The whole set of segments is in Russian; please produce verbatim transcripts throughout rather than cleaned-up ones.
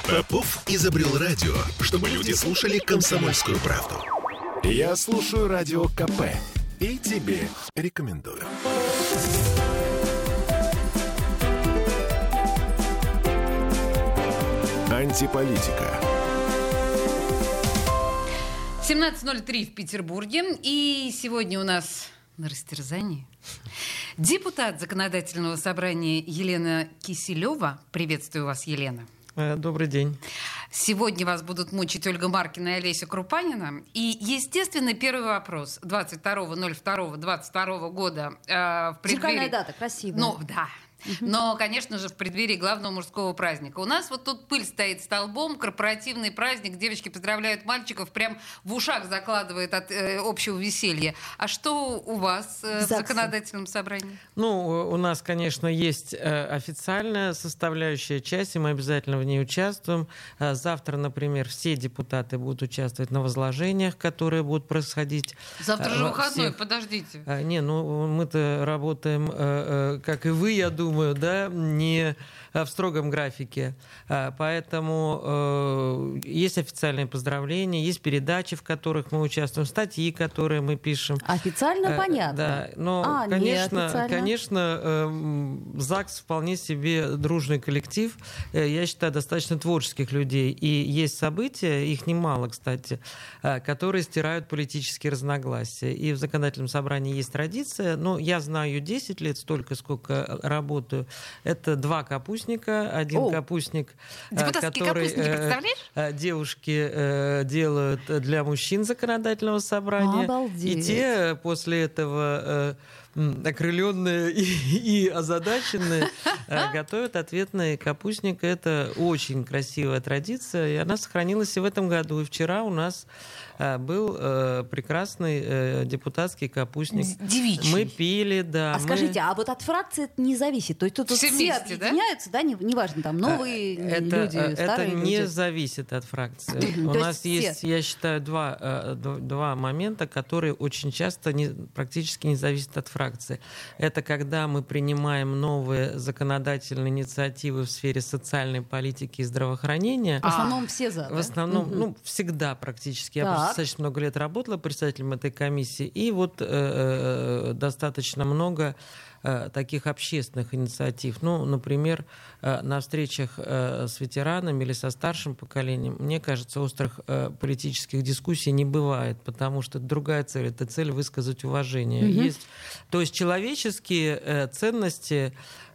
Попов изобрел радио, чтобы люди слушали «Комсомольскую правду». Я слушаю Радио КП и тебе рекомендую. Антиполитика. семнадцать ноль три в Петербурге. И сегодня у нас на растерзании депутат Законодательного собрания Елена Киселева. Приветствую вас, Елена. Добрый день. Сегодня вас будут мучить Ольга Маркина и Олеся Крупанина. И, естественно, первый вопрос. двадцать второго ноль второго двадцать второго года э, в преддверии... Зеркальная дата, красивая. Ну, да. Но, конечно же, в преддверии главного мужского праздника. У нас вот тут пыль стоит столбом, корпоративный праздник, девочки поздравляют мальчиков, прям в ушах закладывает от э, общего веселья. А что у вас э, в законодательном собрании? Ну, у нас, конечно, есть э, официальная составляющая часть, и мы обязательно в ней участвуем. Э, завтра, например, все депутаты будут участвовать на возложениях, которые будут происходить. Завтра э, же выходной, всех... подождите. Э, не, ну мы-то работаем, э, э, как и вы, я думаю, Думаю, да, не в строгом графике. Поэтому э, есть официальные поздравления, есть передачи, в которых мы участвуем, статьи, которые мы пишем. Официально э, понятно. Да, но, а, конечно, конечно э, ЗАГС вполне себе дружный коллектив. Э, я считаю, достаточно творческих людей. И есть события, их немало, кстати, э, которые стирают политические разногласия. И в законодательном собрании есть традиция. Ну, я знаю ее десять лет, столько, сколько работаю. Это два капустника. Один О, капустник, который э, девушки э, делают для мужчин законодательного собрания. Обалдеть. И те после этого э, окрыленные и, и озадаченные э, готовят ответный капустник. Это очень красивая традиция, и она сохранилась и в этом году. И вчера у нас э, был э, прекрасный э, депутатский капустник. Девичий. Мы пили, да. А мы... скажите, а вот от фракции это не зависит? То есть тут, тут все, все вместе, объединяются, да? да? Неважно, там новые это, люди, это старые люди. Это не зависит от фракции. У нас есть, я считаю, два, два момента, которые очень часто не, практически не зависят от фракции. Это когда мы принимаем новые законодательные инициативы в сфере социальной политики и здравоохранения. В основном все за, да? В основном, угу. ну, всегда практически. Я так. просто достаточно много лет работала председателем этой комиссии, и вот э, достаточно много таких общественных инициатив. Ну, например, на встречах с ветеранами или со старшим поколением, мне кажется, острых политических дискуссий не бывает, потому что это другая цель. Это цель высказать уважение. Mm-hmm. Есть, то есть человеческие ценности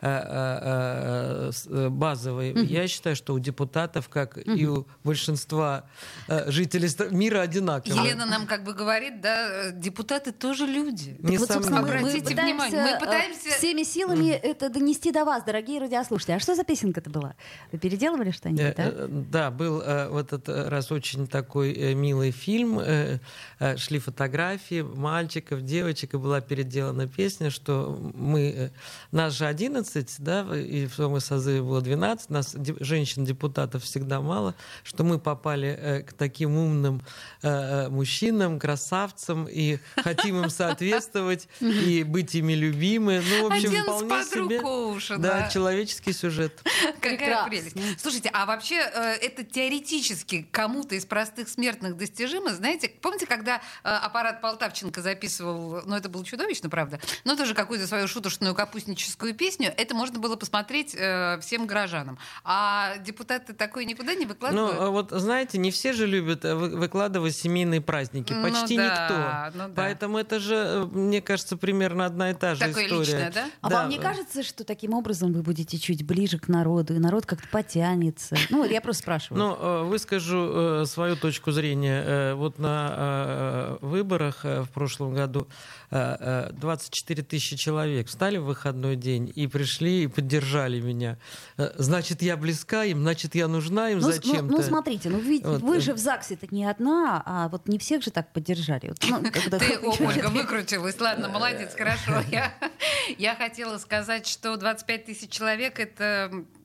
базовые, mm-hmm. я считаю, что у депутатов, как mm-hmm. и у большинства жителей мира, одинаковые. Елена нам как бы говорит, да, депутаты тоже люди. Не вот, собственно, мы, обратите мы внимание, мы пытаемся всеми силами mm. это донести до вас, дорогие радиослушатели. А что за песенка-то была? Вы переделывали что-нибудь, да? Да, был в этот раз очень такой милый фильм. Шли фотографии мальчиков, девочек, и была переделана песня, что мы, нас же одиннадцать, да, и в том созыве было двенадцать, нас, женщин-депутатов, всегда мало, что мы попали к таким умным мужчинам, красавцам, и хотим им соответствовать, и быть ими любимы. Ну, в общем, один вполне себе уша, да, да. человеческий сюжет. Какая Прекрасно. прелесть. Слушайте, а вообще это теоретически кому-то из простых смертных достижимо? Знаете, помните, когда аппарат Полтавченко записывал, ну это было чудовищно, правда, но тоже какую-то свою шуточную капустническую песню, это можно было посмотреть э, всем горожанам. А депутаты такое никуда не выкладывают? Ну, вот знаете, не все же любят выкладывать семейные праздники. Почти ну, да, никто. Ну, да. Поэтому это же, мне кажется, примерно одна и та же такое история. Личное, да? А да. вам не кажется, что таким образом вы будете чуть ближе к народу, и народ как-то потянется? Ну, я просто спрашиваю. Ну, выскажу свою точку зрения. Вот на выборах в прошлом году двадцать четыре тысячи человек встали в выходной день и пришли и поддержали меня. Значит, я близка им, значит, я нужна им ну, зачем-то. Ну, ну, смотрите, ну, ведь вот. Вы же в ЗАГСе-то не одна, а вот не всех же так поддержали. Вот, ну, когда... Ты, о, Ольга, выкрутилась. Ладно, молодец, хорошо. Я, я хотела сказать, что двадцать пять тысяч человек — это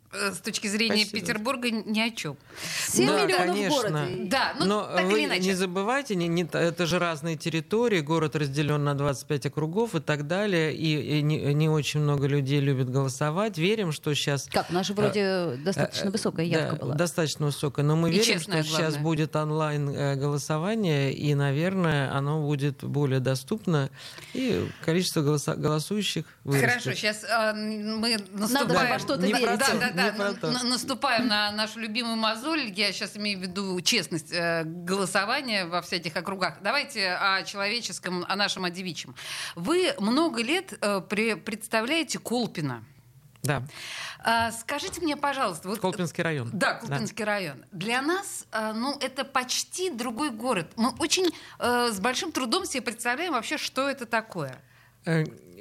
с точки зрения Спасибо. Петербурга ни о чем. семь Да, миллионов конечно. в городе. Да, ну Но так вы или иначе. не забывайте, не, не, это же разные территории, город разделен на двадцать пять округов и так далее, и, и не, не очень много людей любят голосовать. Верим, что сейчас... Как, у нас же вроде достаточно высокая явка Да, была. достаточно высокая, но мы И верим, честная, что сейчас главное. будет онлайн э, голосование, и, наверное, оно будет более доступно, и количество голоса- голосующих вырастет. Хорошо, сейчас э, мы наступаем... Надо же во что-то Не верить. про Да, то, да, да, не про на- то. на- наступаем на нашу любимую мозоль. Я сейчас имею в виду честность э, голосования во всяких округах. Давайте о человеческом, о нашем, о девичьем. Вы много лет э, пре- представляете Колпино. Да, А, скажите мне, пожалуйста, вот Колпинский район. Да, Колпинский район. Для нас, э, ну, это почти другой город. Мы очень э, с большим трудом себе представляем вообще, что это такое. Э,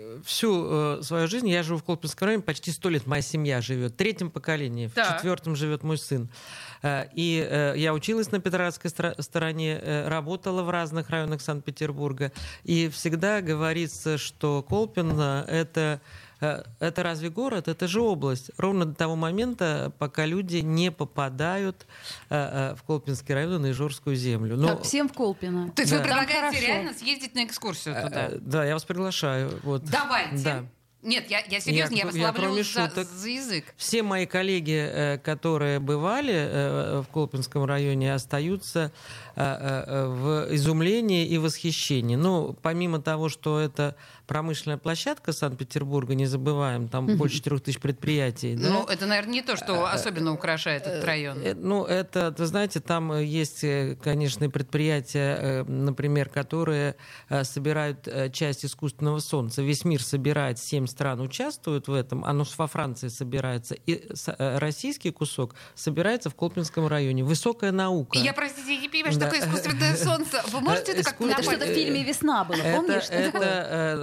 Всю э, свою жизнь я живу в Колпинском районе, почти сто лет моя семья живет. В третьем поколении, в Так. четвертом живет мой сын. Э, и э, я училась на Петроградской стра- стороне, э, работала в разных районах Санкт-Петербурга. И всегда говорится, что Колпино — это... э, Это разве город? Это же область. Ровно до того момента, пока люди не попадают э, э, в Колпинский район, на Ижорскую землю. Но- Так, всем в Колпино. То есть Да. вы Там предлагаете хорошо. реально съездить на экскурсию туда? Э, Да, я вас приглашаю. Вот. Давайте. Да. Нет, я, я серьезно, я, Я- вас я ловлю кроме за, шуток. за язык. Все мои коллеги, э, которые бывали э, в Колпинском районе, остаются э, э, в изумлении и восхищении. Ну, помимо того, что это промышленная площадка Санкт-Петербурга, не забываем, там больше четырех тысяч предприятий. Да? Ну, это, наверное, не то, что особенно украшает этот район. Э, Ну, это, вы знаете, там э, есть, э, конечно, предприятия, э, например, которые э, собирают э, часть искусственного солнца. Весь мир собирает, семь стран участвуют в этом, оно во Франции собирается, и с- э, российский кусок собирается в Колпинском районе. Высокая наука. Я, простите, я не понимаю, что Да. такое искусственное солнце. Вы можете это как-то Иску- Это напомнить? что-то в фильме «Весна» было, Это, помнишь? Что это такое? э,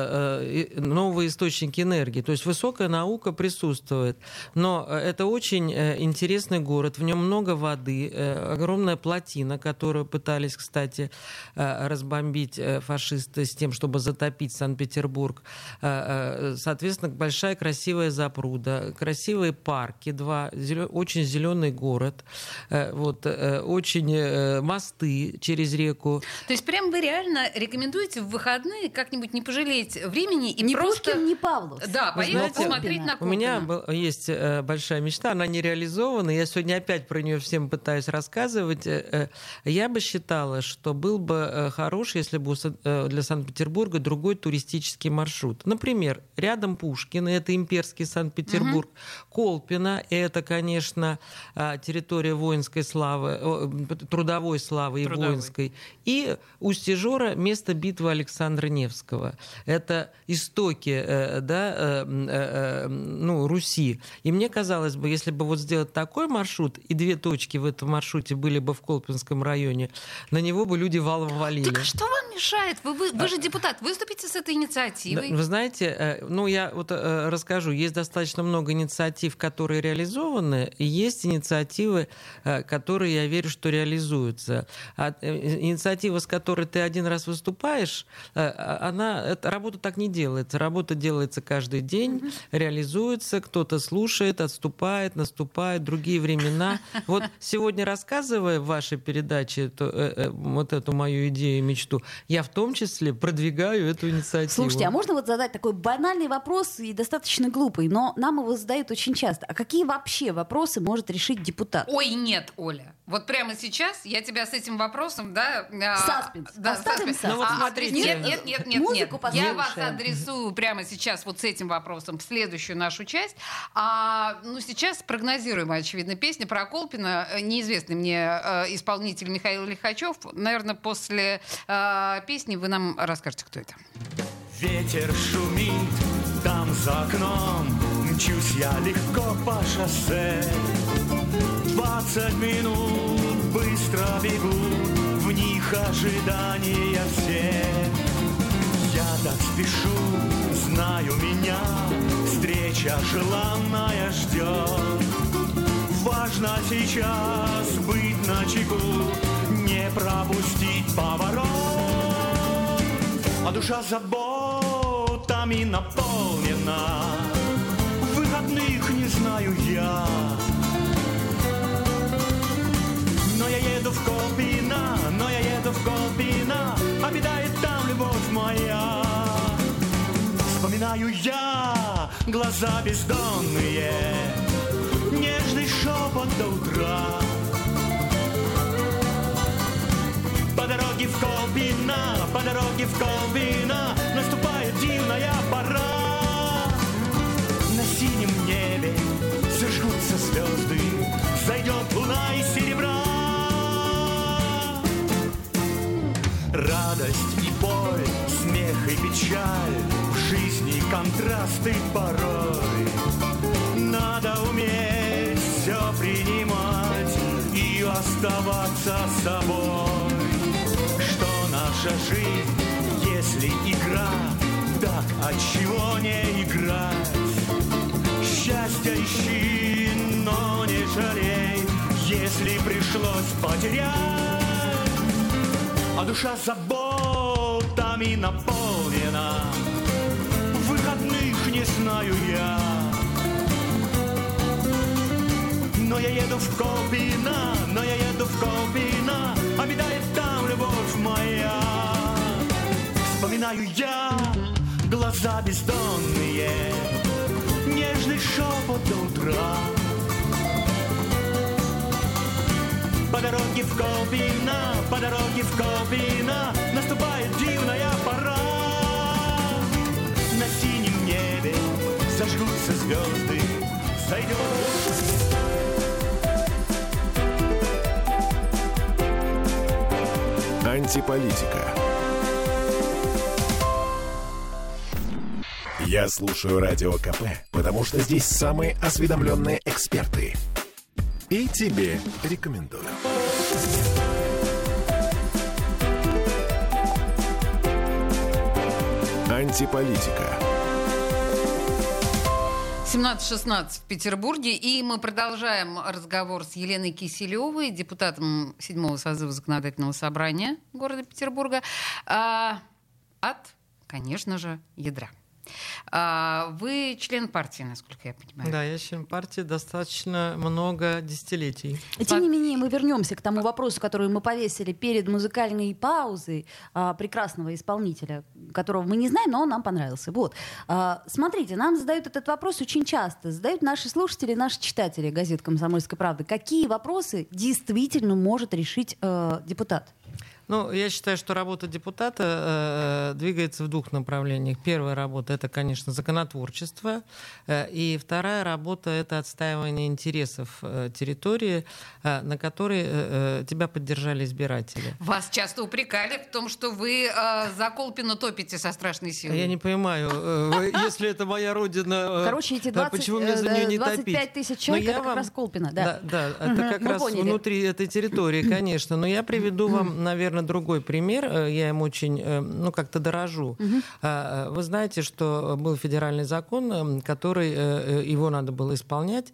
э, э, новые источники энергии. То есть высокая наука присутствует. Но э, это очень э, интересный город. В нем много воды, э, огромная плотина, которую пытались, кстати, э, разбомбить э, фашисты с тем, чтобы затопить Санкт-Петербург. Э, э, Соответственно, большая красивая запруда, красивые парки, два, зелё- очень зеленый город, э, вот, э, очень э, мосты через реку. То есть прям вы реально рекомендуете в выходные как-нибудь не пожалеть времени и Ни просто... Пушкин, ни Павлов. Да, Вы поехать знаете, посмотреть на У Колпино. меня был- есть э, большая мечта, она не реализована. Я сегодня опять про нее всем пытаюсь рассказывать. Э, э, я бы считала, что был бы э, хорош, если бы у Сан- э, для Санкт-Петербурга другой туристический маршрут. Например, рядом Пушкин, и это имперский Санкт-Петербург. Колпино, и это, конечно, э, территория воинской славы, о, трудовой славы и Трудовой. воинской. И Усть-Ижора — место битвы Александра Невского. Это истоки э, да, э, э, ну, Руси. И мне казалось бы, если бы вот сделать такой маршрут, и две точки в этом маршруте были бы в Колпинском районе, на него бы люди валом валили. Так что вам мешает? Вы, вы, вы же депутат, выступите с этой Да, инициативой. вы знаете, э, ну я вот э, расскажу, есть достаточно много инициатив, которые реализованы, и есть инициативы, э, которые, я верю, что реализуются. А э, инициатива, с которой ты один раз выступаешь, э, она, эта работа так не делается. Работа делается каждый день, реализуется, кто-то слушает, отступает, наступает, другие времена. Вот сегодня, рассказывая в вашей передаче эту, э, э, вот эту мою идею и мечту, я в том числе продвигаю эту инициативу. Слушайте, а можно вот задать такой банальный вопрос и достаточно глупый, но нам его задают очень часто. А какие вообще вопросы может решить депутат? Ой, нет, Оля. Вот прямо сейчас я тебя с этим вопросом, да... а, Саспенс. Да, Оставим саспенс. саспенс. Ну вот А, смотрите. Нет, нет, нет, нет, Музыку нет. Я вас послушаем. адресую прямо сейчас вот с этим вопросом в следующую нашу часть. А, ну, сейчас прогнозируемая, очевидно, песня про Колпино. Неизвестный мне э, исполнитель Михаил Лихачев. Наверное, после э, песни вы нам расскажете, кто это. Ветер шумит там за окном, мчусь я легко по шоссе. Двадцать минут быстро бегу, в них ожидания все. Я так спешу, знаю меня, встреча желанная ждет. Важно сейчас быть начеку, не пропустить поворот. А душа заботами наполнена, выходных не не знаю я. Но я еду в Колпино, но я еду в Колпино, обитает там любовь моя. Вспоминаю я глаза бездонные, нежный шепот до утра. По дороге в Колпино, по дороге в Колпино наступает дивная пора. На синем небе зажгутся звезды, зайдет луна из серебра. Радость и боль, смех и печаль, в жизни контрасты порой. Надо уметь все принимать и оставаться собой. Что наша жизнь, если игра, так отчего не играть? Счастья ищи, но не жалей, если пришлось потерять. А душа заботами наполнена, выходных не знаю я. Но я еду в Колпино, но я еду в Колпино, обитает там любовь моя. Вспоминаю я глаза бездонные, нежный шепот до утра. По дороге в Колпино, по дороге в Колпино наступает дивная пора. На синем небе зажгутся звезды, зайдет. Антиполитика. Я слушаю Радио КП, потому что здесь самые осведомленные эксперты. И тебе рекомендую. Антиполитика. семнадцать шестнадцать в Петербурге, и мы продолжаем разговор с Еленой Киселевой, депутатом седьмого созыва Законодательного собрания города Петербурга, а, от, конечно же, ядра. А, вы член партии, насколько я понимаю. Да, я член партии достаточно много десятилетий. И тем не менее, мы вернемся к тому вопросу, который мы повесили перед музыкальной паузой а, прекрасного исполнителя, которого мы не знаем, но он нам понравился. Вот. А, смотрите, нам задают этот вопрос очень часто. Задают наши слушатели, наши читатели газет «Комсомольская правда». Какие вопросы действительно может решить э, депутат? Ну, я считаю, что работа депутата э, двигается в двух направлениях. Первая работа — это, конечно, законотворчество, э, и вторая работа — это отстаивание интересов э, территории, э, на которой э, тебя поддержали избиратели. Вас часто упрекали в том, что вы э, за Колпино топите со страшной силой. Я не понимаю, э, если это моя родина, э, Короче, эти двадцать, почему мне за нее не двадцать топить? пять тысяч человек — это как раз Колпино, да? Да, да, это как Мы раз поняли. внутри этой территории, конечно. Но я приведу вам, наверное, другой пример. Я им очень, ну, как-то дорожу. Uh-huh. Вы знаете, что был федеральный закон, который, его надо было исполнять,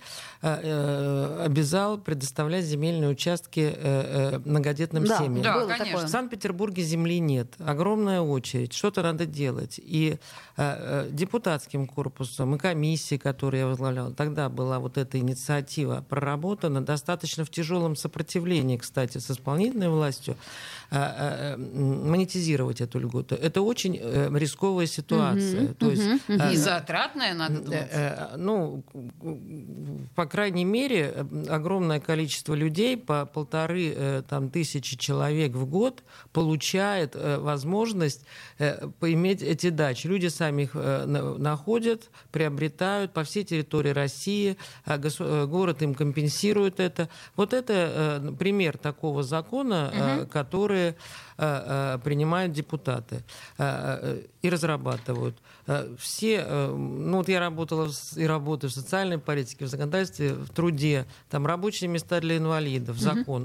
обязал предоставлять земельные участки многодетным да, семьям. Да, было конечно. такое. В Санкт-Петербурге земли нет. Огромная очередь. Что-то надо делать. И депутатским корпусом, и комиссией, которую я возглавляла, тогда была вот эта инициатива проработана достаточно в тяжелом сопротивлении, кстати, с исполнительной властью, монетизировать эту льготу. Это очень рисковая ситуация. Угу, То есть, угу, угу. И затратная, надо думать. Ну, по крайней мере, огромное количество людей, по полторы там, тысячи человек в год, получает возможность поиметь эти дачи. Люди сами их находят, приобретают по всей территории России, город им компенсирует это. Вот это пример такого закона, угу. который принимают депутаты и разрабатывают. Все, ну вот я работала и работаю в социальной политике, в законодательстве, в труде, там рабочие места для инвалидов, закон.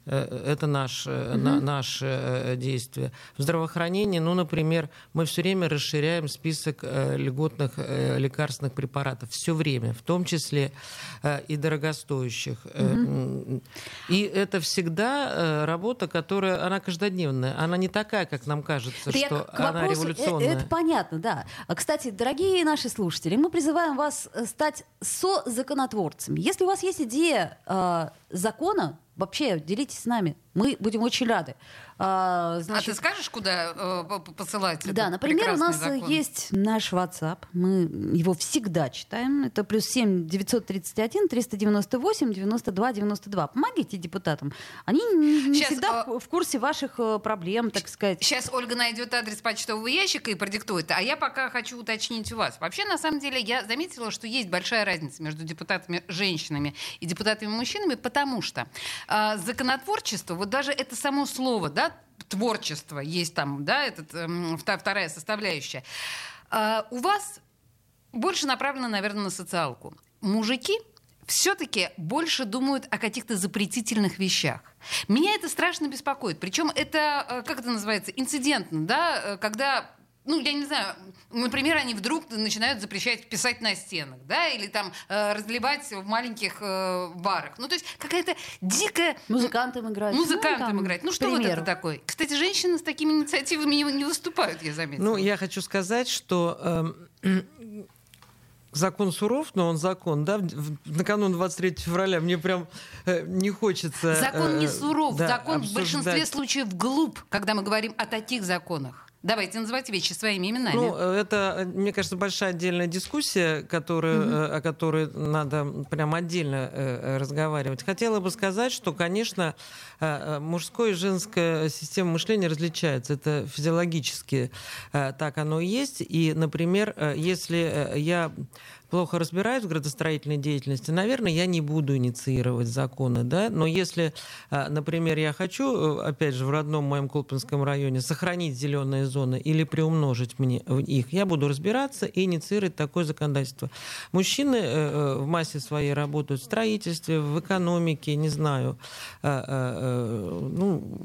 Это наш, угу. на, наше действие. В здравоохранении, ну, например, мы все время расширяем список льготных лекарственных препаратов. Все время, в том числе и дорогостоящих. Угу. И это всегда работа, которая, она каждодневная. Она не такая, как нам кажется, это что она вопросу, революционная. Это, это понятно, да. Кстати, дорогие наши слушатели, мы призываем вас стать созаконотворцами. Если у вас есть идея э, закона, вообще делитесь с нами. Мы будем очень рады. А, значит, а ты скажешь, куда э, посылать? Да, например, у нас закон? Есть наш WhatsApp. Мы его всегда читаем. Это плюс семь девятьсот тридцать один триста девяносто восемь девяносто два девяносто два. Помогите депутатам. Они не Сейчас, всегда э, в курсе ваших проблем, так сказать. Сейчас Ольга найдет адрес почтового ящика и продиктует. А я пока хочу уточнить у вас. Вообще, на самом деле, я заметила, что есть большая разница между депутатами-женщинами и депутатами-мужчинами, потому что э, законотворчество, вот даже это само слово, да, творчество, есть там, да, этот, эм, вторая составляющая. А, у вас больше направлено, наверное, на социалку. Мужики все-таки больше думают о каких-то запретительных вещах. Меня это страшно беспокоит. Причем это, как это называется, инцидентно, да, когда... Ну, я не знаю, например, они вдруг начинают запрещать писать на стенах, да, или там э, разливать в маленьких э, барах. Ну, то есть какая-то дикая... Музыкантам играть. Музыкантам ну, играть. Ну, что вот это такое? Кстати, женщины с такими инициативами не, не выступают, я заметила. Ну, я хочу сказать, что... Э, закон суров, но он закон, да, накануне двадцать третьего февраля мне прям э, не хочется... Закон не суров, да, закон обсуждать. В большинстве случаев глуп, когда мы говорим о таких законах. Давайте называть вещи своими именами. Ну, это, мне кажется, большая отдельная дискуссия, которую, mm-hmm. о которой надо прям отдельно э, разговаривать. Хотела бы сказать, что, конечно, э, мужское и женское система мышления различается. Это физиологически э, так оно и есть. И, например, э, если я плохо разбираюсь в градостроительной деятельности, наверное, я не буду инициировать законы, да, но если, например, я хочу, опять же, в родном моем Колпинском районе сохранить зеленые зоны или приумножить мне их, я буду разбираться и инициировать такое законодательство. Мужчины в массе своей работают в строительстве, в экономике, не знаю, ну,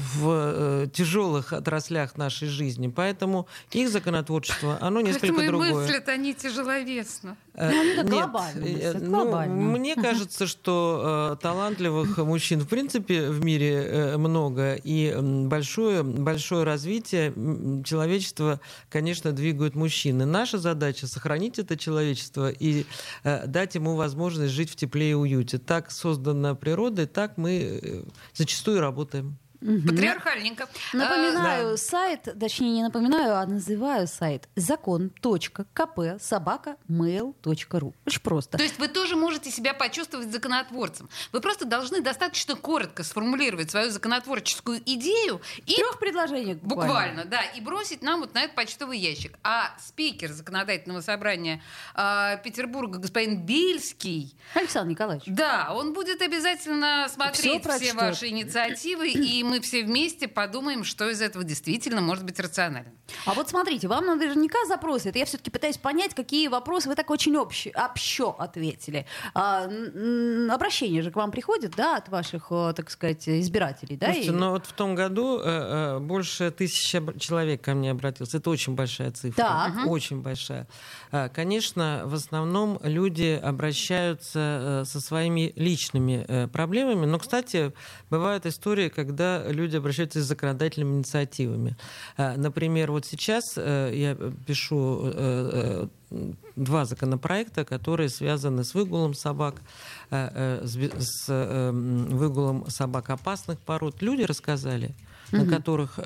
в тяжелых отраслях нашей жизни, поэтому их законотворчество, оно несколько другое. Мыслят они тяжеловесно. Ну, они как глобально. Нет, глобально. Ну, мне кажется, что э, талантливых мужчин в принципе в мире э, много, и большое, большое развитие человечества, конечно, двигают мужчины. Наша задача — сохранить это человечество и э, дать ему возможность жить в тепле и уюте. Так создана природой, так мы э, зачастую работаем. Угу. Патриархальненько. Напоминаю а, да. сайт, точнее не напоминаю, а называю сайт закон точка ка пэ собака мэйл точка ру. Очень просто. То есть вы тоже можете себя почувствовать законотворцем. Вы просто должны достаточно коротко сформулировать свою законотворческую идею. И в трех предложениях буквально. Буквально, да. И бросить нам вот на этот почтовый ящик. А спикер законодательного собрания э, Петербурга, господин Бельский... Александр Николаевич. Да, он будет обязательно смотреть все, все ваши инициативы, и мы все вместе подумаем, что из этого действительно может быть рационально. А вот смотрите, вам наверняка запросы. Это я все-таки пытаюсь понять, какие вопросы вы так очень общ, общо ответили. А, м- обращения же к вам приходят, да, от ваших, так сказать, избирателей, да? Слушайте, и... ну вот в том году э, э, больше тысячи человек ко мне обратилось. Это очень большая цифра. Так. Очень большая. А, конечно, в основном люди обращаются э, со своими личными э, проблемами. Но, кстати, бывают истории, когда люди обращаются с законодательными инициативами. Например, вот сейчас я пишу два законопроекта, которые связаны с выгулом собак, с выгулом собак опасных пород. Люди рассказали, mm-hmm. на которых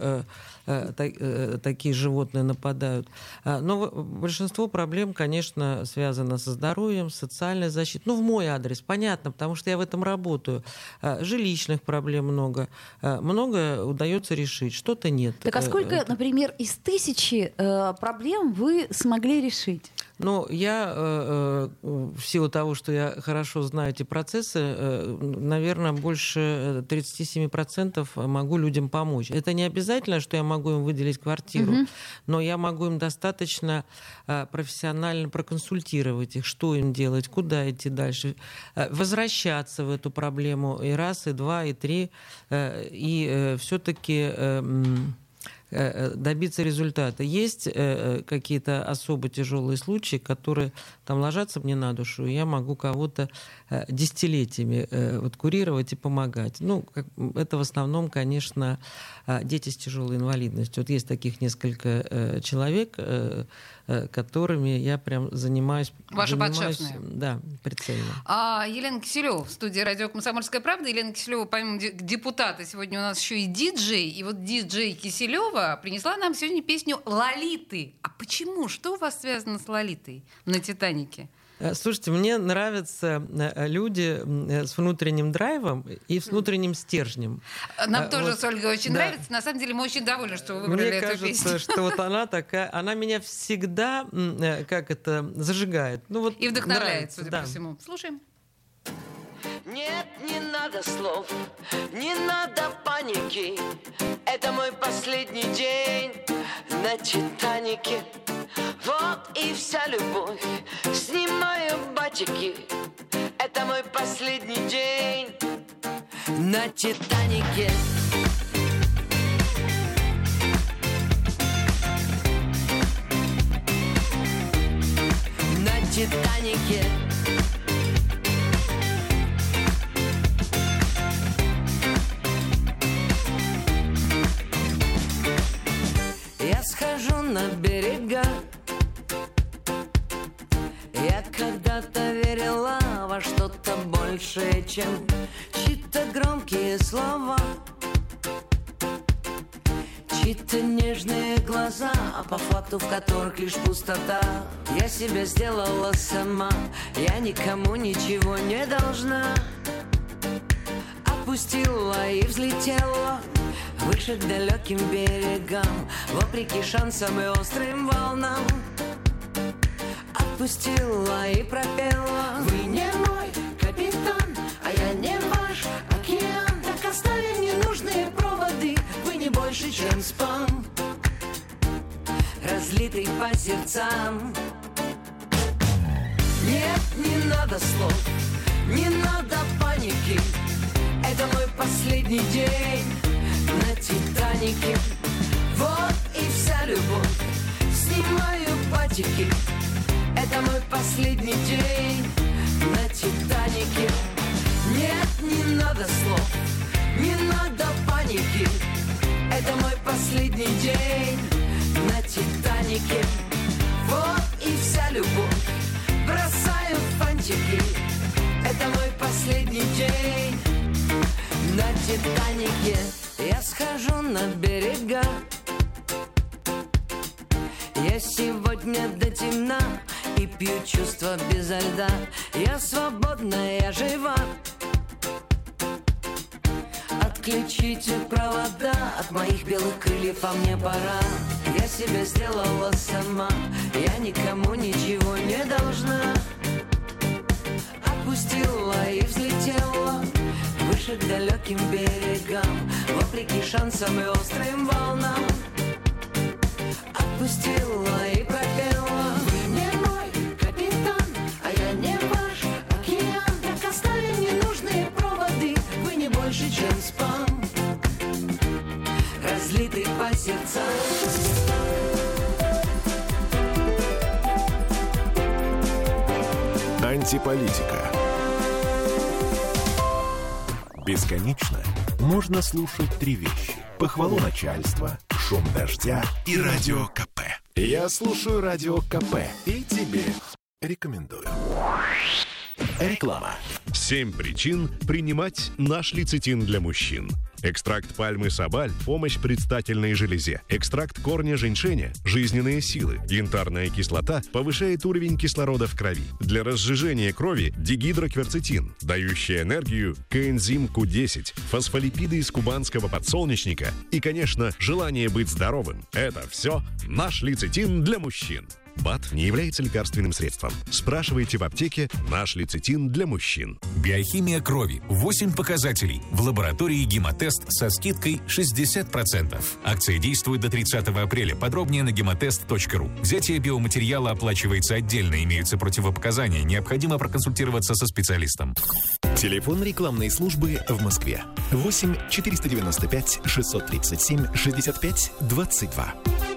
такие животные нападают. Но большинство проблем, конечно, связано со здоровьем, с социальной защитой. Ну, в мой адрес, понятно, потому что я в этом работаю. Жилищных проблем много. Много удается решить, что-то нет. Так а сколько, например, из тысячи проблем вы смогли решить? Ну, я э, э, в силу того, что я хорошо знаю эти процессы, э, наверное, больше тридцать семь процентов могу людям помочь. Это не обязательно, что я могу им выделить квартиру, mm-hmm. но я могу им достаточно э, профессионально проконсультировать их, что им делать, куда идти дальше, э, возвращаться в эту проблему и раз, и два, и три, э, и э, все-таки... Э, добиться результата. Есть э, какие-то особо тяжелые случаи, которые там ложатся мне на душу, и я могу кого-то э, десятилетиями э, вот, курировать и помогать. Ну, как, это в основном, конечно, э, дети с тяжелой инвалидностью. Вот есть таких несколько э, человек, э, э, которыми я прям занимаюсь. Ваши занимаюсь, подшефные. Да, прицельно. А Елена Киселева в студии радио «Комсомольская правда». Елена Киселева, помимо депутата, сегодня у нас еще и диджей. И вот диджей Киселева принесла нам сегодня песню «Лолиты». А почему? Что у вас связано с Лолитой на «Титанике»? Слушайте, мне нравятся люди с внутренним драйвом и с внутренним стержнем. Нам а, тоже вот, с Ольгой очень да. нравится. На самом деле мы очень довольны, что вы выбрали мне эту кажется, песню. Мне кажется, что вот она такая, она меня всегда, как это, зажигает. Ну, вот и вдохновляет, нравится, судя да. по всему. Слушаем. Нет, не надо слов, не надо паники. Это мой последний день на «Титанике». Вот и вся любовь, снимаю батики. Это мой последний день на «Титанике». На «Титанике». Я схожу на берега. Я когда-то верила во что-то большее, чем чьи-то громкие слова, чьи-то нежные глаза, а по факту в которых лишь пустота. Я себя сделала сама, я никому ничего не должна. Опустила и взлетела выше к далеким берегам, вопреки шансам и острым волнам. Отпустила и пропела: вы не мой капитан, а я не ваш океан. Так оставим ненужные проводы, вы не больше, чем спам, разлитый по сердцам. Нет, не надо слов, не надо паники. Это мой последний день на «Титанике». Вот и вся любовь, снимаю батики. Это мой последний день на «Титанике». Нет, не надо слов, не надо паники. Это мой последний день на «Титанике». Вот и вся любовь, бросаю фантики. Это мой последний день на «Титанике». Я схожу на берега. Я сегодня до темна и пью чувства безо льда. Я свободна, я жива. Отключите провода от моих белых крыльев, а мне пора. Я себя сделала сама, я никому ничего не должна. Отпустила и взлетела выше к далеким берегам, вопреки шансам и острым волнам. Отпустила и пропела: вы не мой капитан, а я не ваш океан. Так оставим ненужные проводы, вы не больше, чем спам, разлитый по сердцам. Антиполитика. Бесконечно можно слушать три вещи: похвалу начальства, шум дождя и радио КП. Я слушаю радио КП и тебе рекомендую. Реклама. Семь причин принимать наш лецитин для мужчин. Экстракт пальмы сабаль – помощь предстательной железе. Экстракт корня женьшеня – жизненные силы. Янтарная кислота повышает уровень кислорода в крови. Для разжижения крови – дигидрокверцетин, дающий энергию коэнзим ку десять, фосфолипиды из кубанского подсолнечника и, конечно, желание быть здоровым. Это все наш лецитин для мужчин. БАД не является лекарственным средством. Спрашивайте в аптеке «Наш лецитин для мужчин». Биохимия крови. восемь показателей. В лаборатории гемотест со скидкой шестьдесят процентов. Акция действует до тридцатого апреля. Подробнее на гемотест точка ру. Взятие биоматериала оплачивается отдельно. Имеются противопоказания. Необходимо проконсультироваться со специалистом. Телефон рекламной службы в Москве. восемь четыреста девяносто пять шестьсот тридцать семь шестьдесят пять двадцать два.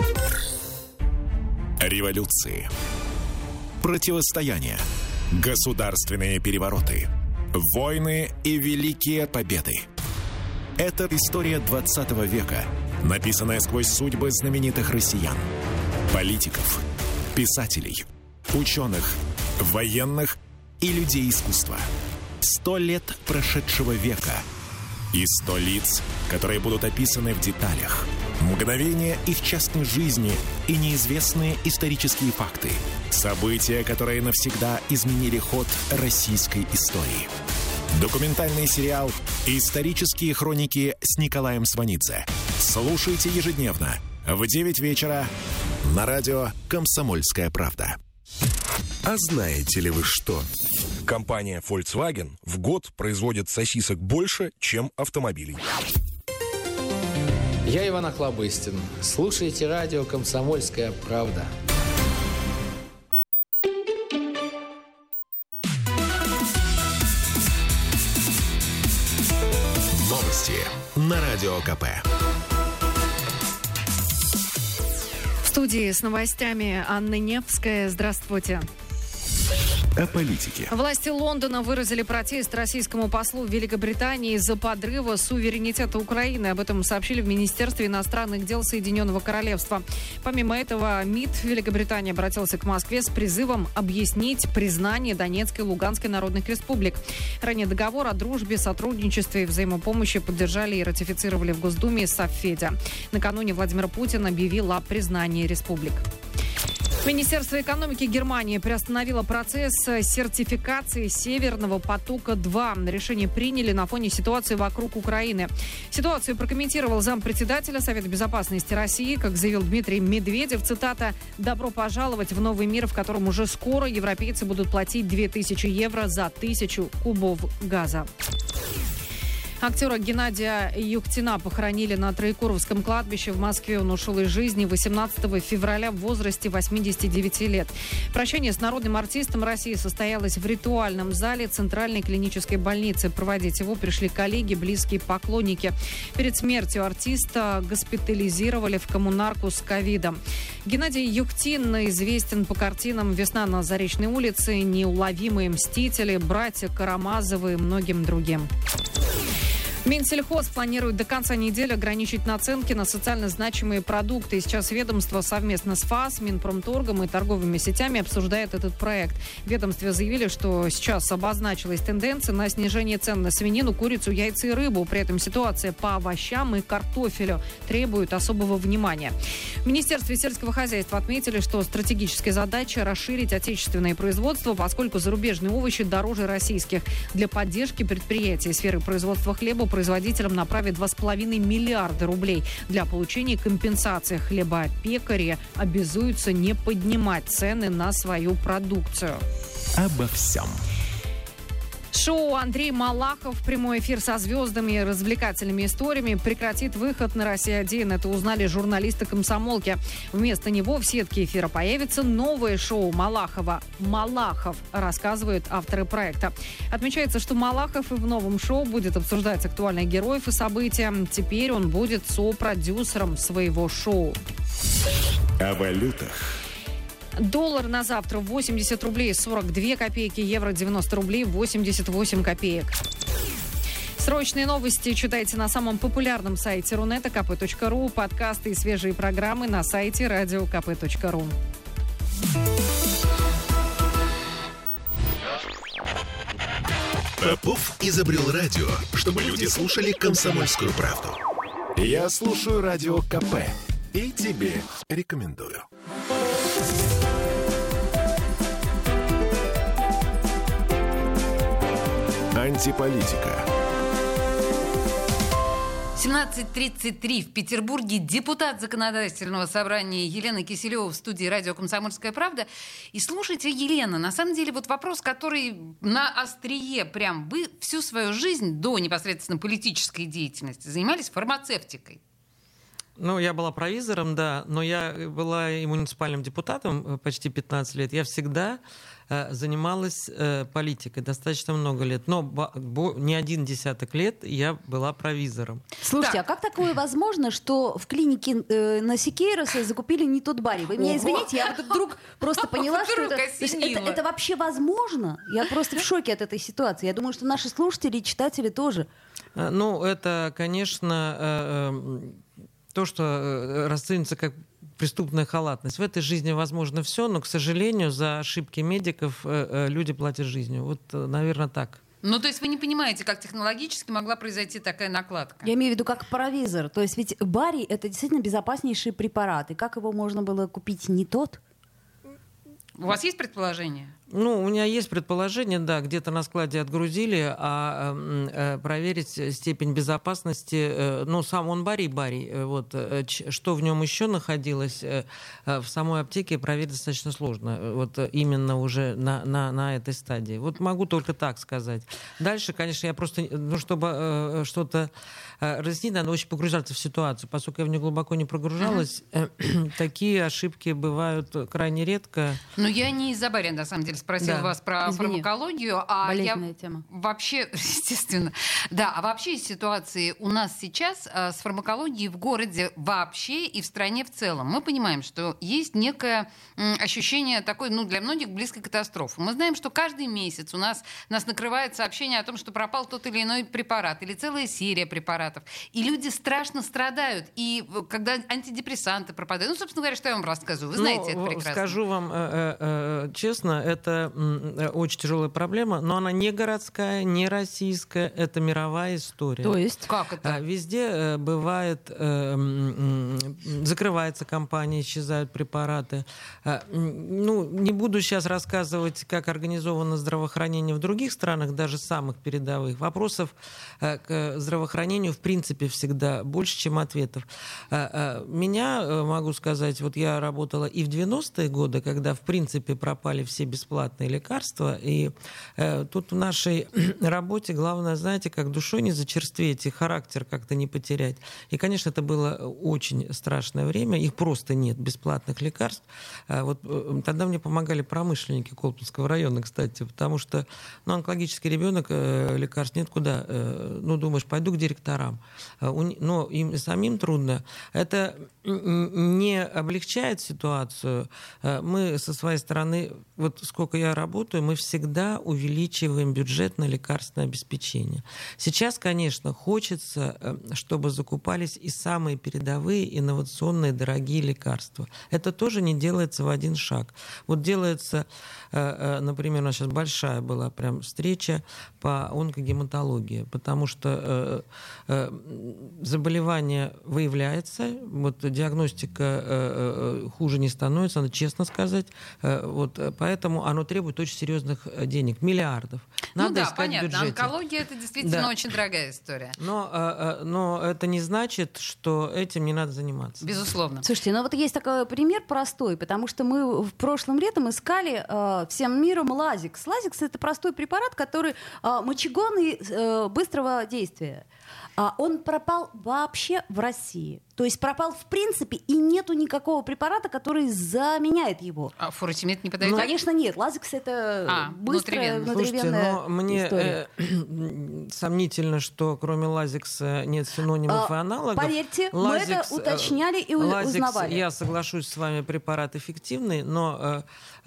Революции. Противостояния. Государственные перевороты. Войны и великие победы. Это история двадцатого века, написанная сквозь судьбы знаменитых россиян. Политиков, писателей, ученых, военных и людей искусства. Сто лет прошедшего века и сто лиц, которые будут описаны в деталях. Мгновения их частной жизни и неизвестные исторические факты. События, которые навсегда изменили ход российской истории. Документальный сериал «Исторические хроники» с Николаем Сванидзе. Слушайте ежедневно в девять вечера на радио «Комсомольская правда». А знаете ли вы что? Компания Volkswagen в год производит сосисок больше, чем автомобилей. Я Иван Охлобыстин. Слушайте радио «Комсомольская правда». Новости на Радио КП. В студии с новостями Анна Невская. Здравствуйте. О политике. Власти Лондона выразили протест российскому послу в Великобритании из-за подрыва суверенитета Украины. Об этом сообщили в Министерстве иностранных дел Соединенного Королевства. Помимо этого, МИД Великобритании обратился к Москве с призывом объяснить признание Донецкой и Луганской народных республик. Ранее договор о дружбе, сотрудничестве и взаимопомощи поддержали и ратифицировали в Госдуме и Совфеде. Накануне Владимир Путин объявил о признании республик. Министерство экономики Германии приостановило процесс сертификации Северного потока-два. Решение приняли на фоне ситуации вокруг Украины. Ситуацию прокомментировал зампредседателя Совета безопасности России. Как заявил Дмитрий Медведев, цитата: «Добро пожаловать в новый мир, в котором уже скоро европейцы будут платить две тысячи евро за тысячу кубов газа». Актера Геннадия Юхтина похоронили на Троекуровском кладбище в Москве. Он ушел из жизни восемнадцатого февраля в возрасте восьмидесяти девяти лет. Прощание с народным артистом России состоялось в ритуальном зале Центральной клинической больницы. Проводить его пришли коллеги, близкие, поклонники. Перед смертью артиста госпитализировали в коммунарку с ковидом. Геннадий Юхтин известен по картинам «Весна на Заречной улице», «Неуловимые мстители», «Братья Карамазовы» и многим другим. Минсельхоз планирует до конца недели ограничить наценки на социально значимые продукты. И сейчас ведомство совместно с ФАС, Минпромторгом и торговыми сетями обсуждает этот проект. В ведомстве заявили, что сейчас обозначилась тенденция на снижение цен на свинину, курицу, яйца и рыбу. При этом ситуация по овощам и картофелю требует особого внимания. В Министерстве сельского хозяйства отметили, что стратегическая задача расширить отечественное производство, поскольку зарубежные овощи дороже российских. Для поддержки предприятий сферы производства хлеба производителям направит два с половиной миллиарда рублей. Для получения компенсации хлебопекари обязуются не поднимать цены на свою продукцию. Обо всем. Шоу «Андрей Малахов», прямой эфир со звездами и развлекательными историями, прекратит выход на Россия один. Это узнали журналисты «Комсомолки». Вместо него в сетке эфира появится новое шоу Малахова «Малахов», рассказывают авторы проекта. Отмечается, что Малахов и в новом шоу будет обсуждать актуальных героев и события. Теперь он будет сопродюсером своего шоу. О валютах. Доллар на завтра восемьдесят рублей сорок две копейки, евро девяносто рублей восемьдесят восемь копеек. Срочные новости читайте на самом популярном сайте Рунета ка пэ точка ру, подкасты и свежие программы на сайте радио ка пэ точка ру. Попов изобрел радио, чтобы люди слушали «Комсомольскую правду». Я слушаю радио КП и тебе рекомендую. Антиполитика. семнадцать тридцать три в Петербурге депутат Законодательного собрания Елена Киселева в студии радио «Комсомольская правда». И слушайте, Елена, на самом деле вот вопрос, который на острие прям. Вы всю свою жизнь до непосредственно политической деятельности занимались фармацевтикой. Ну, я была провизором, да, но я была и муниципальным депутатом почти пятнадцать лет. Я всегда э, занималась э, политикой достаточно много лет, но бо- бо- не один десяток лет я была провизором. Слушайте, Так. а как такое возможно, что в клинике э, на Сикейроса закупили не тот барий? Вы меня Ого. извините, я вот вдруг просто поняла, что Вдруг это, то есть осенило. это... Это вообще возможно? Я просто в шоке от этой ситуации. Я думаю, что наши слушатели и читатели тоже. Э, Ну, это, конечно, э, э, то, что э, расценивается как преступная халатность. В этой жизни возможно все, но, к сожалению, за ошибки медиков э, э, люди платят жизнью. Вот, э, наверное, так. Ну, то есть вы не понимаете, как технологически могла произойти такая накладка? Я имею в виду как провизор. То есть ведь барий — это действительно безопаснейший препарат. И как его можно было купить не тот? У вас есть предположение? Ну, у меня есть предположение, да, где-то на складе отгрузили, а э, э, проверить степень безопасности, э, ну, сам он барий-барий, э, вот, э, ч, что в нем еще находилось, э, э, в самой аптеке проверить достаточно сложно, э, вот э, именно уже на, на, на этой стадии. Вот могу только так сказать. Дальше, конечно, я просто, ну, чтобы э, что-то э, разъяснить, надо очень погружаться в ситуацию, поскольку я в нее глубоко не прогружалась, э, такие ошибки бывают крайне редко. Ну, я не из-за бария, на самом деле, спросила Да. вас про Извини. фармакологию, а я Болезненная тема. вообще, естественно, да, а вообще из ситуации у нас сейчас а, с фармакологией в городе вообще и в стране в целом. Мы понимаем, что есть некое м, ощущение такой, ну, для многих близкой катастрофы. Мы знаем, что каждый месяц у нас, нас накрывает сообщение о том, что пропал тот или иной препарат или целая серия препаратов. И люди страшно страдают. И в- когда антидепрессанты пропадают, ну, собственно говоря, что я вам рассказываю, вы знаете Ну, это прекрасно. Скажу вам э, э, э, честно, это м, э, очень тяжелая проблема, но она не городская, не российская, это мировая история. То есть? Как это? А, Везде э, бывает, э, м, м, закрывается компания, исчезают препараты. А, м, Ну, не буду сейчас рассказывать, как организовано здравоохранение в других странах, даже самых передовых. Вопросов э, к здравоохранению в принципе всегда больше, чем ответов. А, а, Меня, э, могу сказать, вот я работала и в девяностые годы, когда в принципе пропали все бесплатные лекарства, и э, тут в нашей работе главное, знаете, как душой не зачерстветь и характер как-то не потерять. И, конечно, это было очень страшное время, их просто нет, бесплатных лекарств. А вот э, тогда мне помогали промышленники Колпинского района, кстати, потому что, ну, онкологический ребенок, э, лекарств нет, куда, э, ну, думаешь, пойду к директорам. А у ни- но им самим трудно. Это м, не облегчает ситуацию. Э, Мы со своей стороны, вот сколько я работаю, мы всегда увеличиваем бюджет на лекарственное обеспечение. Сейчас, конечно, хочется, э, чтобы закупались и самые передовые, инновационные, дорогие лекарства. Это тоже не делается в один шаг. Вот делается, э, э, например, у нас сейчас большая была прям встреча по онкогематологии, потому что э, э, заболевание выявляется, вот диагностика э, э, хуже не становится, надо честно сказать. Э, вот, э, поэтому оно требует очень серьезных э, денег, миллиардов. Надо ну да, искать понятно. в бюджете. Онкология — это действительно Да. очень дорогая история. Но, э, э, но это не значит, что этим не надо заниматься. Безусловно. Слушайте, ну вот есть такой пример простой, потому что мы в прошлом летом искали э, всем миром лазикс. Лазикс — это простой препарат, который э, мочегонный, э, быстрого действия. А он пропал вообще в России. То есть пропал в принципе, и нету никакого препарата, который заменяет его. А фуратимид не подойдет? Ну, конечно, нет. Лазикс — это А, быстрая внутривенно. Слушайте, внутривенная но мне история. э, сомнительно, что кроме лазикса нет синонимов А, и аналогов. поверьте, мы это Лазикс, э, уточняли и у- лазикс, узнавали. Я соглашусь с вами, препарат эффективный, но э,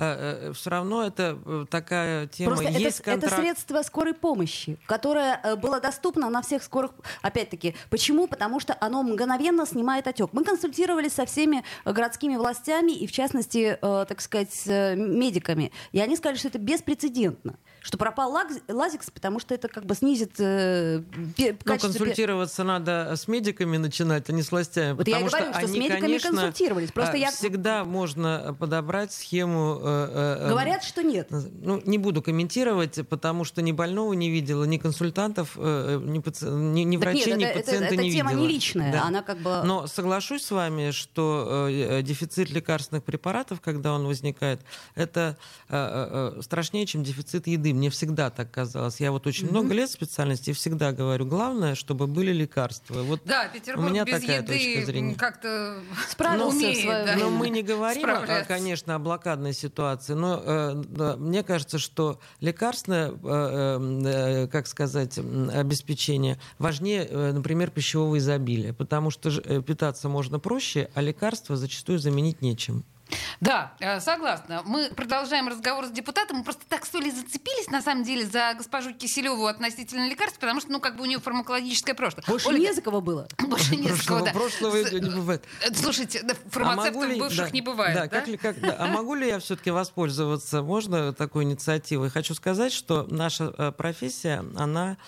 э, все равно это э, такая тема. Просто Есть это, это контракт. средство скорой помощи, которое э, было доступно на всех скорых... Опять-таки, почему? Потому что оно мгновенно снижает снимает отек. Мы консультировались со всеми городскими властями и, в частности, э, так сказать, э, медиками. И они сказали, что это беспрецедентно, что пропал лаз- лазикс, потому что это как бы снизит э, пе- Ну, качество... консультироваться надо с медиками начинать, а не с властями. Вот я и потому говорю, что они, с медиками конечно, консультировались. Просто я... всегда можно подобрать схему... э, э, Говорят, что нет. Ну, не буду комментировать, потому что ни больного не видела, ни консультантов, э, ни, паци... ни, ни Так врачей, нет, ни это, пациента это, это не тема видела. не личная, Да. она как бы... Но соглашусь с вами, что э, дефицит лекарственных препаратов, когда он возникает, это э, э, страшнее, чем дефицит еды. Мне всегда так казалось. Я вот очень mm-hmm. много лет в специальности и всегда говорю, главное, чтобы были лекарства. Вот да, Петербург у меня без такая еды точка зрения. Как-то справился умеет, в свое да. Но мы не говорим, Справляться. конечно, о блокадной ситуации, но э, да, мне кажется, что лекарственное, э, э, как сказать, обеспечение важнее, э, например, пищевого изобилия, потому что ж, э, питаться можно проще, а лекарства зачастую заменить нечем. Да, э, согласна. Мы продолжаем разговор с депутатом. Мы просто так с Олей зацепились, на самом деле, за госпожу Киселеву относительно лекарств, потому что, ну, как бы у нее фармакологическое прошлое. Больше Ольга... не за кого было. Больше не за кого, да. Прошлого не бывает. Слушайте, да, фармацевтов а ли, бывших да, не бывает, да? да? Как, как, да. А могу ли я все-таки воспользоваться? Можно такой инициативой? Хочу сказать, что наша э, профессия, она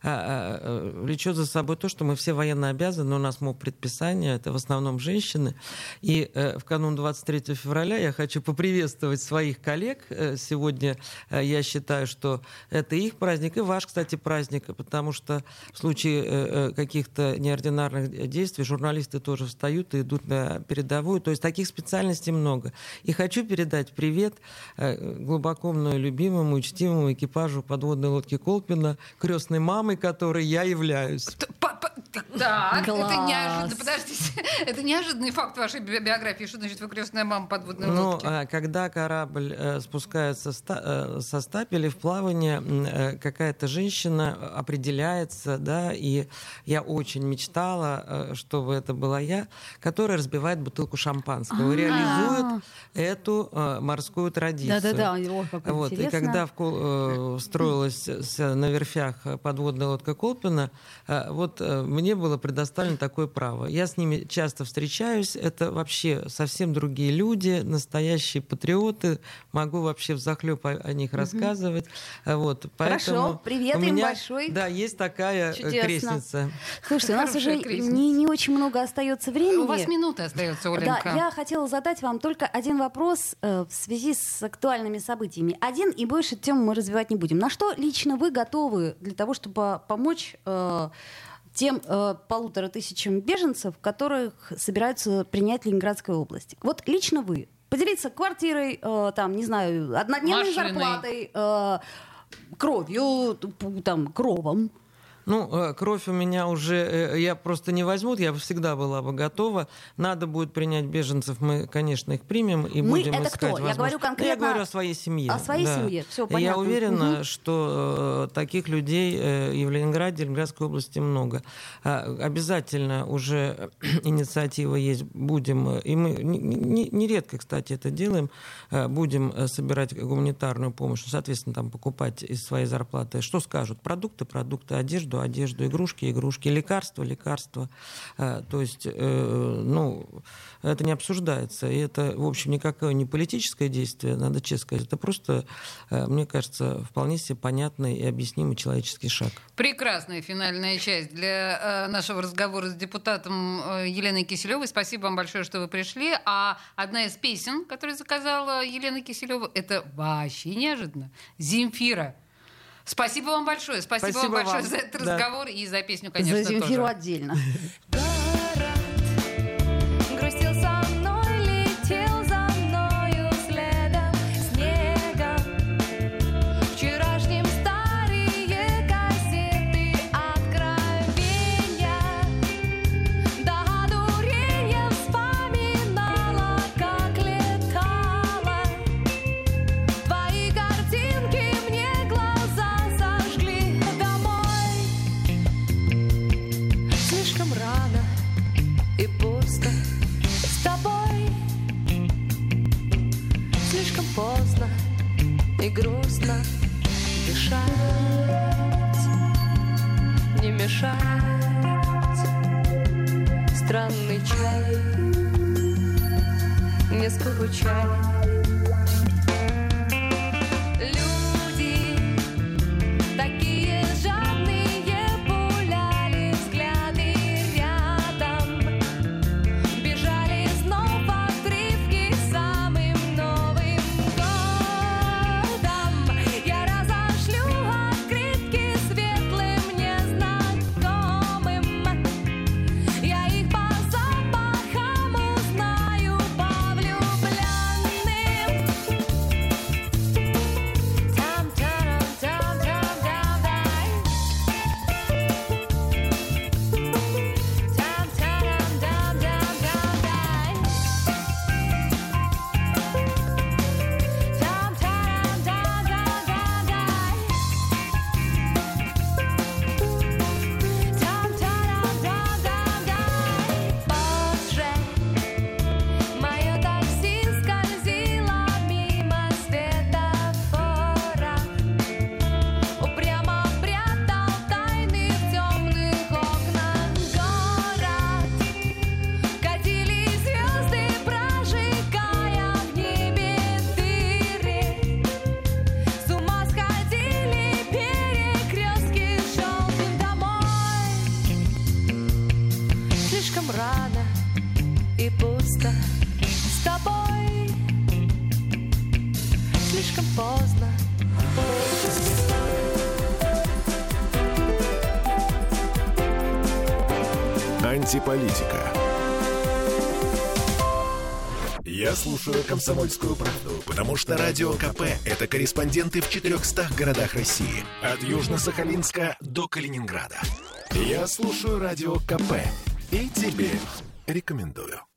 влечет за собой то, что мы все военно обязаны, у нас МОП предписания, это в основном женщины. И э, в канун двадцать третьего февраля я хочу поприветствовать своих коллег. Э, сегодня э, я считаю, что это их праздник, и ваш, кстати, праздник, потому что в случае э, каких-то неординарных действий журналисты тоже встают и идут на передовую. То есть таких специальностей много. И хочу передать привет э, глубоко мною любимому, учтимому экипажу подводной лодки Колпина, крестной мамы, которой я являюсь. Так, Класс. это неожиданно. Подождите, это неожиданный факт вашей би- биографии. Что значит вы крестная мама подводной Ну, лодки? а, когда корабль э, спускается ста- э, со стапелей в плавание, э, какая-то женщина определяется, да, и я очень мечтала, э, чтобы это была я, которая разбивает бутылку шампанского, и реализует эту э, морскую традицию. Да-да-да, ой, как Вот, и интересно. когда в, Кол- э, строилась с- на верфях подводная лодка Колпина, э, вот э, мне было предоставлено такое право. Я с ними часто встречаюсь. Это вообще совсем другие люди, настоящие патриоты. Могу вообще взахлеб о, о них mm-hmm. рассказывать. Вот, Хорошо, привет у им меня, большой. Да, есть такая Чудесно. крестница. Слушайте, у нас уже Хорошая крестница. не, не очень много остается времени. У вас минута остается, Оленька. Да, я хотела задать вам только один вопрос э, в связи с актуальными событиями. Один, и больше тему мы развивать не будем. На что лично вы готовы для того, чтобы помочь э, тем э, полутора тысячам беженцев, которых собираются принять в Ленинградской области? Вот лично вы. Поделиться квартирой, э, там, не знаю, однодневной Машиной. зарплатой, э, кровью, там, кровом. Ну, кровь у меня уже, я просто не возьму, я всегда была бы готова. Надо будет принять беженцев, мы, конечно, их примем и Мы будем это искать кто? Я возможность. говорю конкретно Я говорю о своей семье. о своей да. семье. Всё, И понятно. я уверена, Мгм. что э, таких людей э, и в Ленинграде, и в Ленинградской области много. А, обязательно уже инициатива есть, будем, и мы нередко, не, не кстати, это делаем, э, будем собирать гуманитарную помощь, соответственно, там покупать из своей зарплаты. Что скажут? Продукты, продукты, одежду, одежду, игрушки, игрушки, лекарства, лекарства. А, то есть, э, ну, это не обсуждается. И это, в общем, никакое не политическое действие, надо честно сказать. Это просто, э, мне кажется, вполне себе понятный и объяснимый человеческий шаг. Прекрасная финальная часть для э, нашего разговора с депутатом э, Еленой Киселевой. Спасибо вам большое, что вы пришли. А одна из песен, которую заказала Елена Киселева, это вообще неожиданно. Земфира. Спасибо вам большое. Спасибо, Спасибо вам большое вам. за этот Да. разговор и за песню, конечно, За Земфиру тоже. отдельно. Грустил со мной, летел за мною следом снегом. Вчерашним старые кассеты откровения. До одурения вспоминала, как летала. Твои картинки мне глаза сожгли. Домой слишком рано и пусто с тобой. Слишком поздно и грустно дышать, не мешать с странный чай, не скучай. Люди такие жадные пуляли взгляды рядом, бежали снова в дрифки самым новым годом. Я разошлю открытки светлым незнакомым, я их по запахам узнаю по влюбленным. Там-тарам-там-там-там-дай. Там-тарам-там-там-там-дай. Позже мое такси скользило мимо светофора, упрямо прятал тайны в темных окнах город. Катили звезды, прожигая в небе дыры. С ума сходили перекрестки, шел ты домой. Слишком рано и пусто с тобой, слишком поздно. Антиполитика. Я слушаю «Комсомольскую правду», потому что Радио КП — это корреспонденты в четырехстах городах России. От Южно-Сахалинска до Калининграда. Я слушаю Радио КП и тебе рекомендую.